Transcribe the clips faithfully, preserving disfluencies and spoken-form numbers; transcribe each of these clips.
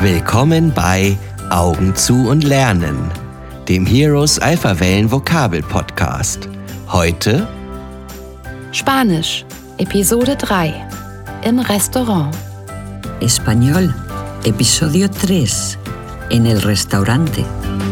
Willkommen bei Augen zu und Lernen, dem Heroes Alpha-Wellen Vokabel-Podcast. Heute Spanisch, Episode drei, im Restaurant. Español, Episodio tres, en el restaurante.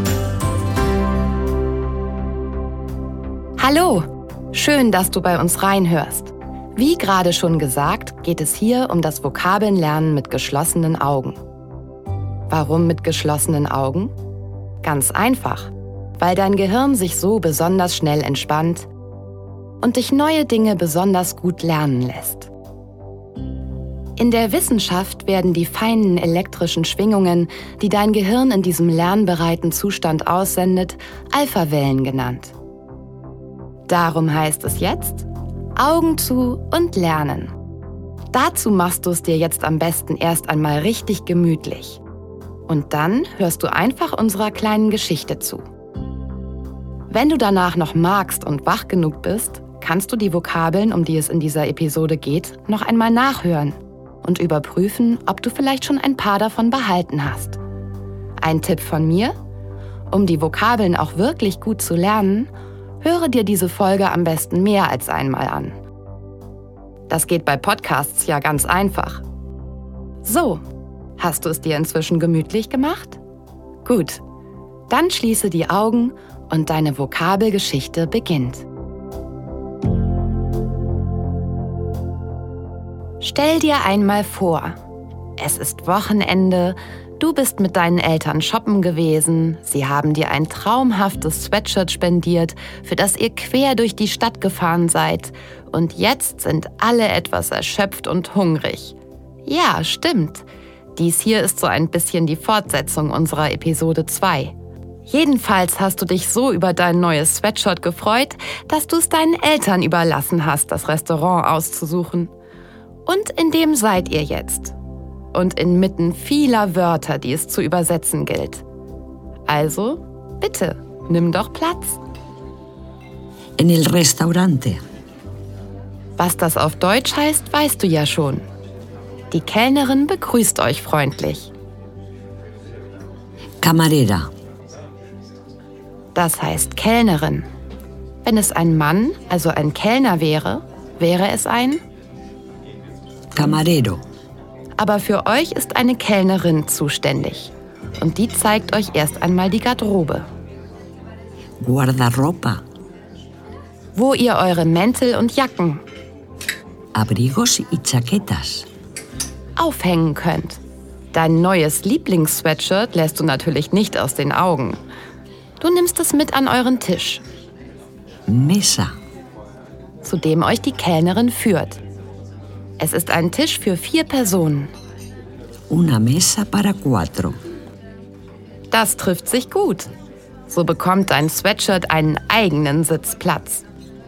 Hallo, schön, dass du bei uns reinhörst. Wie gerade schon gesagt, geht es hier um das Vokabelnlernen mit geschlossenen Augen. Warum mit geschlossenen Augen? Ganz einfach, weil dein Gehirn sich so besonders schnell entspannt und dich neue Dinge besonders gut lernen lässt. In der Wissenschaft werden die feinen elektrischen Schwingungen, die dein Gehirn in diesem lernbereiten Zustand aussendet, Alpha-Wellen genannt. Darum heißt es jetzt, Augen zu und lernen. Dazu machst du es dir jetzt am besten erst einmal richtig gemütlich. Und dann hörst du einfach unserer kleinen Geschichte zu. Wenn du danach noch magst und wach genug bist, kannst du die Vokabeln, um die es in dieser Episode geht, noch einmal nachhören und überprüfen, ob du vielleicht schon ein paar davon behalten hast. Ein Tipp von mir: Um die Vokabeln auch wirklich gut zu lernen, höre dir diese Folge am besten mehr als einmal an. Das geht bei Podcasts ja ganz einfach. So, hast du es dir inzwischen gemütlich gemacht? Gut, dann schließe die Augen und deine Vokabelgeschichte beginnt. Stell dir einmal vor, es ist Wochenende, du bist mit deinen Eltern shoppen gewesen, sie haben dir ein traumhaftes Sweatshirt spendiert, für das ihr quer durch die Stadt gefahren seid, und jetzt sind alle etwas erschöpft und hungrig. Ja, stimmt. Dies hier ist so ein bisschen die Fortsetzung unserer Episode zwei. Jedenfalls hast du dich so über dein neues Sweatshirt gefreut, dass du es deinen Eltern überlassen hast, das Restaurant auszusuchen. Und in dem seid ihr jetzt. Und inmitten vieler Wörter, die es zu übersetzen gilt. Also, bitte, nimm doch Platz. En el restaurante. Was das auf Deutsch heißt, weißt du ja schon. Die Kellnerin begrüßt euch freundlich. Camarera. Das heißt Kellnerin. Wenn es ein Mann, also ein Kellner wäre, wäre es ein Camarero. Aber für euch ist eine Kellnerin zuständig. Und die zeigt euch erst einmal die Garderobe. Guardarropa. Wo ihr eure Mäntel und Jacken Abrigos y chaquetas. aufhängen könnt. Dein neues Lieblings-Sweatshirt lässt du natürlich nicht aus den Augen. Du nimmst es mit an euren Tisch, Mesa. zu dem euch die Kellnerin führt. Es ist ein Tisch für vier Personen. Una mesa para cuatro. Das trifft sich gut. So bekommt dein Sweatshirt einen eigenen Sitzplatz.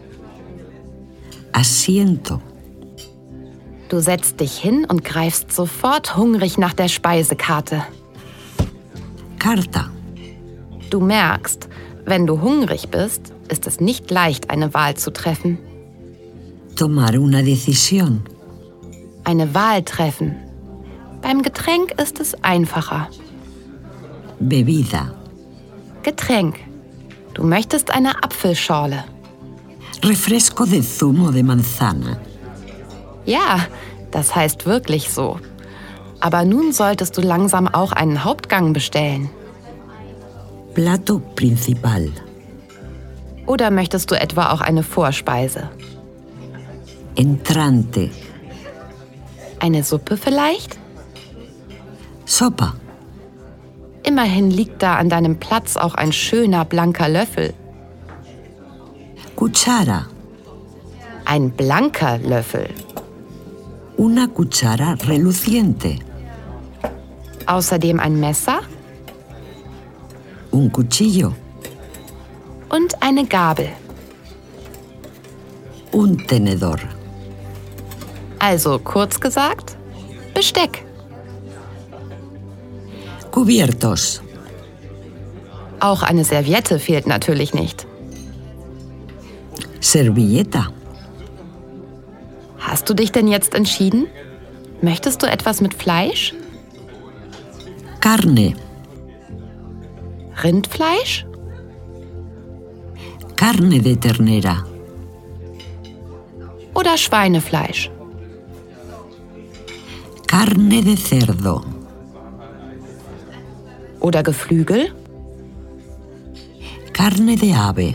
Asiento. Du setzt dich hin und greifst sofort hungrig nach der Speisekarte. Carta. Du merkst, wenn du hungrig bist, ist es nicht leicht, eine Wahl zu treffen. Tomar una decisión. Eine Wahl treffen. Beim Getränk ist es einfacher. Bebida. Getränk. Du möchtest eine Apfelschorle. Refresco de zumo de manzana. Ja, das heißt wirklich so. Aber nun solltest du langsam auch einen Hauptgang bestellen. Plato principal. Oder möchtest du etwa auch eine Vorspeise? Entrante. Eine Suppe vielleicht? Sopa. Immerhin liegt da an deinem Platz auch ein schöner blanker Löffel. Cuchara. Ein blanker Löffel. Una cuchara reluciente. Außerdem ein Messer Un cuchillo. und eine Gabel. Un tenedor. Also kurz gesagt, Besteck. Cubiertos. Auch eine Serviette fehlt natürlich nicht. Servilleta. Hast du dich denn jetzt entschieden? Möchtest du etwas mit Fleisch? Carne. Rindfleisch? Carne de ternera. Oder Schweinefleisch? Carne de cerdo. Oder Geflügel? Carne de ave.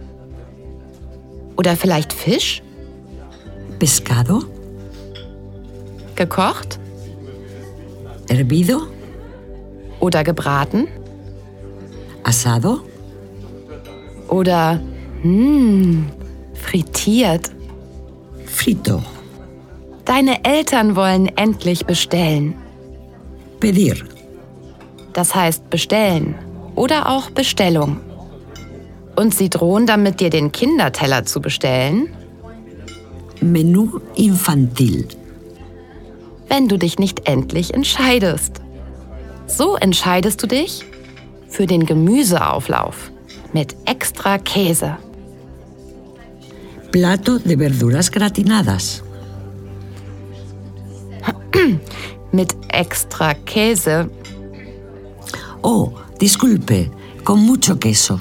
Oder vielleicht Fisch? Pescado. Gekocht? Hervido. Oder gebraten? Asado. Oder, hm, frittiert? Frito. Deine Eltern wollen endlich bestellen. Pedir. Das heißt bestellen oder auch Bestellung. Und sie drohen damit, dir den Kinderteller zu bestellen, Menú infantil. wenn du dich nicht endlich entscheidest. So entscheidest du dich für den Gemüseauflauf mit extra Käse. Plato de verduras gratinadas. Mit extra Käse. Oh, disculpe, con mucho queso.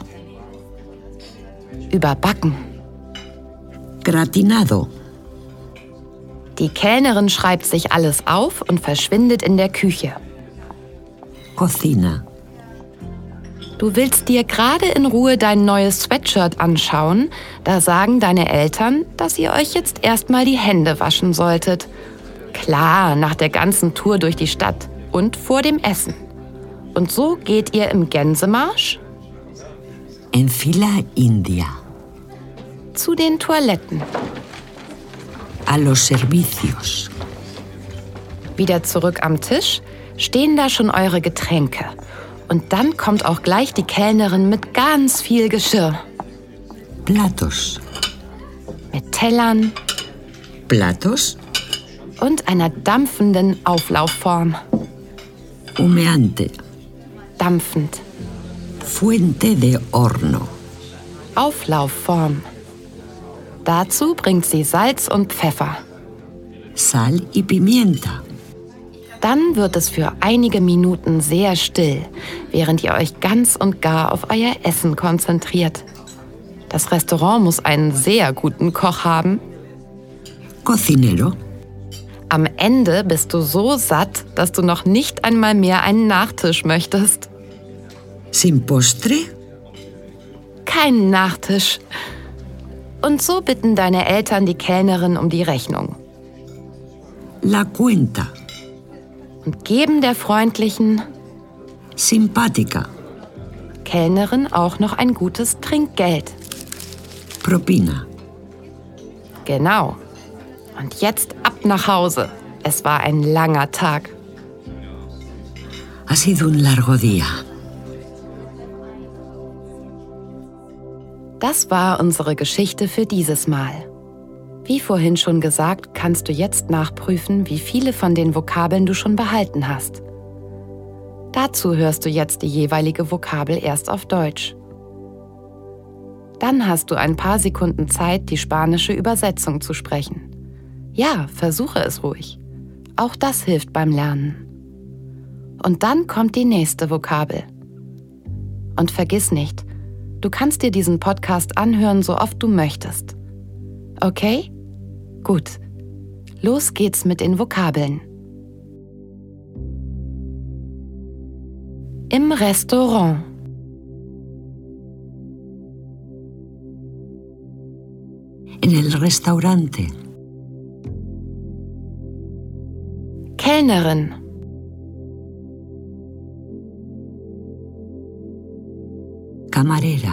Überbacken. Gratinado. Die Kellnerin schreibt sich alles auf und verschwindet in der Küche. Cocina. Du willst dir gerade in Ruhe dein neues Sweatshirt anschauen, da sagen deine Eltern, dass ihr euch jetzt erstmal die Hände waschen solltet. Klar, nach der ganzen Tour durch die Stadt und vor dem Essen. Und so geht ihr im Gänsemarsch En fila india. zu den Toiletten. A los servicios. Wieder zurück am Tisch stehen da schon eure Getränke. Und dann kommt auch gleich die Kellnerin mit ganz viel Geschirr. Platos. Mit Tellern Platos. und einer dampfenden Auflaufform. Humeante. Dampfend. Fuente de horno. Auflaufform. Dazu bringt sie Salz und Pfeffer. Sal y pimienta. Dann wird es für einige Minuten sehr still, während ihr euch ganz und gar auf euer Essen konzentriert. Das Restaurant muss einen sehr guten Koch haben. Cocinero. Am Ende bist du so satt, dass du noch nicht einmal mehr einen Nachtisch möchtest. Sin postre. Keinen Nachtisch. Und so bitten deine Eltern die Kellnerin um die Rechnung La cuenta. und geben der freundlichen Simpática. Kellnerin auch noch ein gutes Trinkgeld. Propina. Genau. Und jetzt ab nach Hause. Es war ein langer Tag. Ha sido un largo día. Das war unsere Geschichte für dieses Mal. Wie vorhin schon gesagt, kannst du jetzt nachprüfen, wie viele von den Vokabeln du schon behalten hast. Dazu hörst du jetzt die jeweilige Vokabel erst auf Deutsch. Dann hast du ein paar Sekunden Zeit, die spanische Übersetzung zu sprechen. Ja, versuche es ruhig. Auch das hilft beim Lernen. Und dann kommt die nächste Vokabel. Und vergiss nicht, du kannst dir diesen Podcast anhören, so oft du möchtest. Okay? Gut. Los geht's mit den Vokabeln. Im Restaurant. En el restaurante. Kellnerin. Camarera.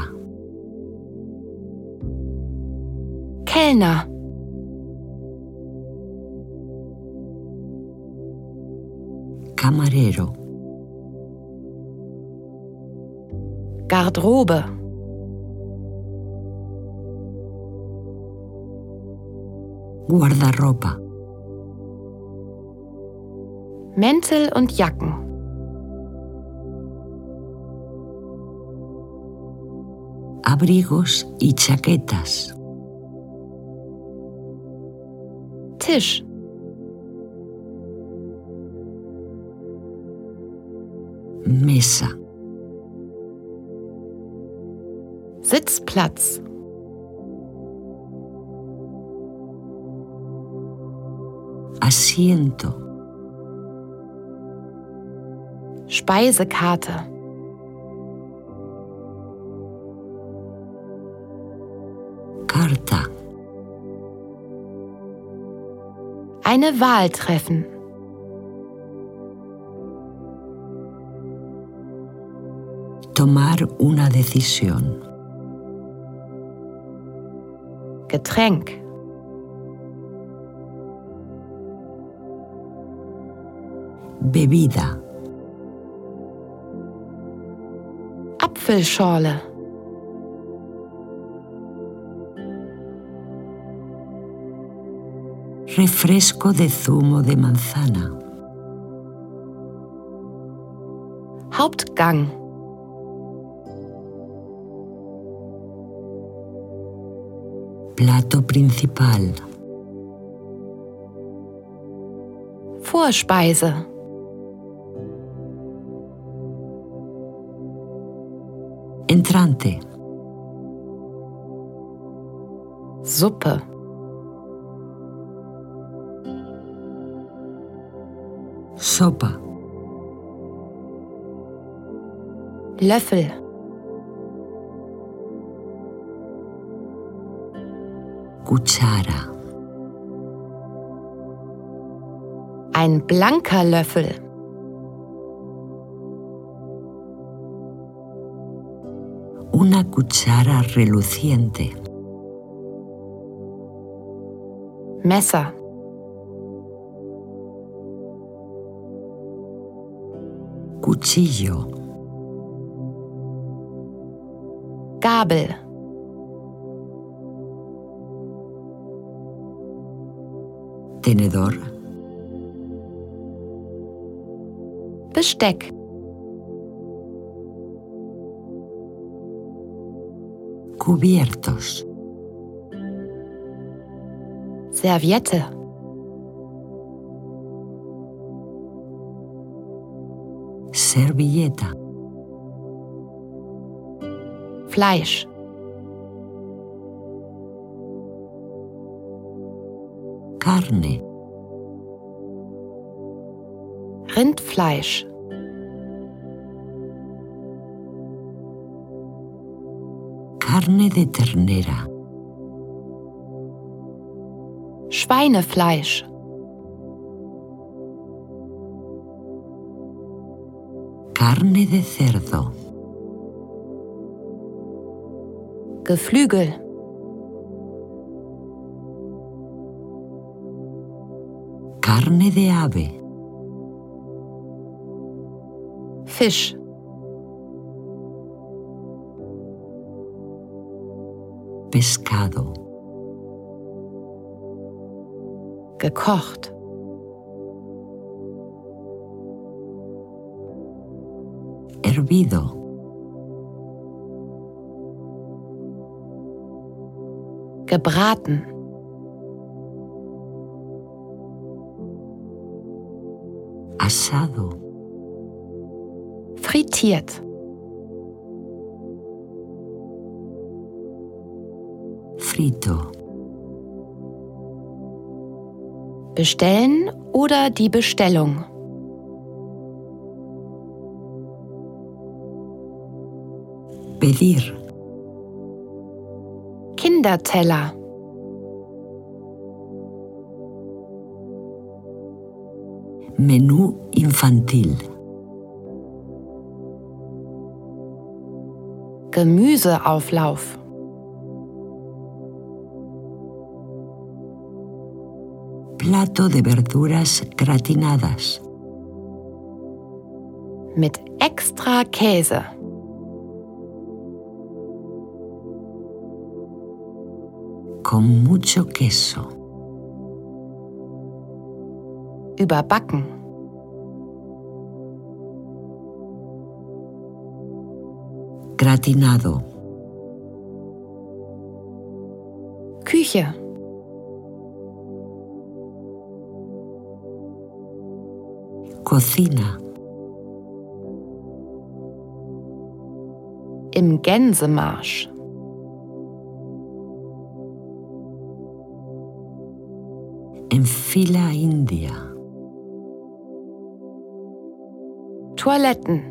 Kellner. Camarero. Garderobe. Guardarropa. Mäntel und Jacken. Abrigos y chaquetas. Tisch. Mesa. Sitzplatz. Asiento. Speisekarte. Carta. Eine Wahl treffen. Tomar una decisión. Getränk. Bebida. Apfelschorle. Refresco de zumo de manzana. Hauptgang. Plato principal. Vorspeise. Entrante. Suppe. Sopa. Löffel. Cuchara. Ein blanker Löffel. Una cuchara reluciente. Messer. Cuchillo. Gabel. Tenedor. Besteck. Cubiertos. Serviette. Servilleta. Fleisch. Carne. Rindfleisch. Carne de ternera. Schweinefleisch. Carne de cerdo. Geflügel. Carne de ave. Fisch. Pescado. Gekocht. Hervido. Gebraten. Asado. Frittiert. Frito. Bestellen oder die Bestellung. Pedir. Kinderteller. Menú infantil. Gemüseauflauf. Plato de verduras gratinadas. Mit extra Käse. Con mucho queso. Überbacken. Gratinado. Küche. Cocina. Im Gänsemarsch. En fila india. Toiletten.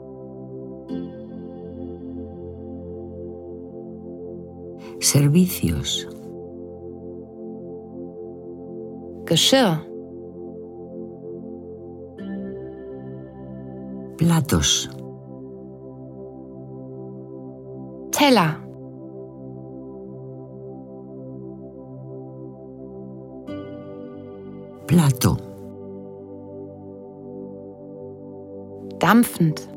Servicios. Geschirr. Platos. Teller. Plato. Dampfend.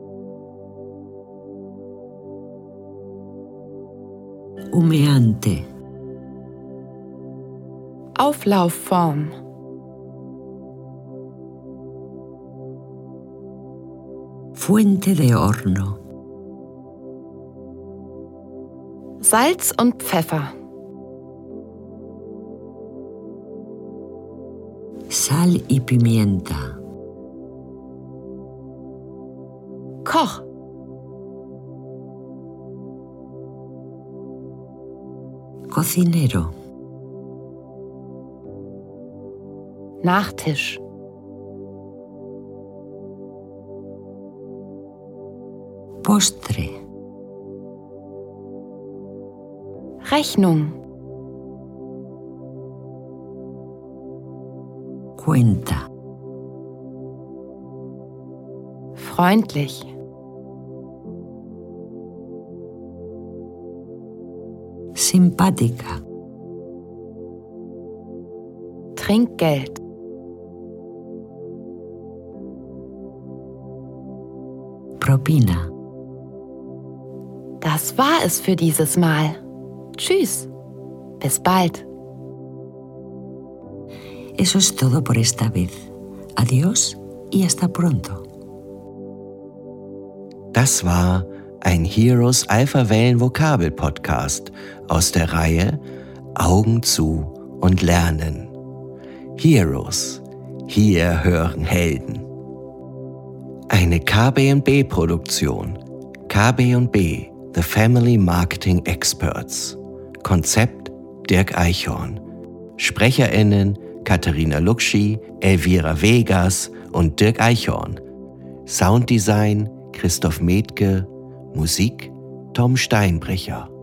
Humeante. Auflaufform. Fuente de horno. Salz und Pfeffer. Sal y pimienta. Koch. Cocinero. Nachtisch. Postre. Rechnung. Cuenta. Freundlich. Simpática. Trinkgeld. Propina. Das war es für dieses Mal. Tschüss. Bis bald. Eso es todo por esta vez. Adiós y hasta pronto. Das war ein Heroes Alpha-Wellen Vokabel-Podcast aus der Reihe Augen zu und lernen. Heroes, hier hören Helden. Eine K B und B-Produktion. K B und B, The Family Marketing Experts. Konzept Dirk Eichhorn. SprecherInnen Katharina Luxi, Elvira Vegas und Dirk Eichhorn. Sounddesign Christoph Metke. Musik Tom Steinbrecher.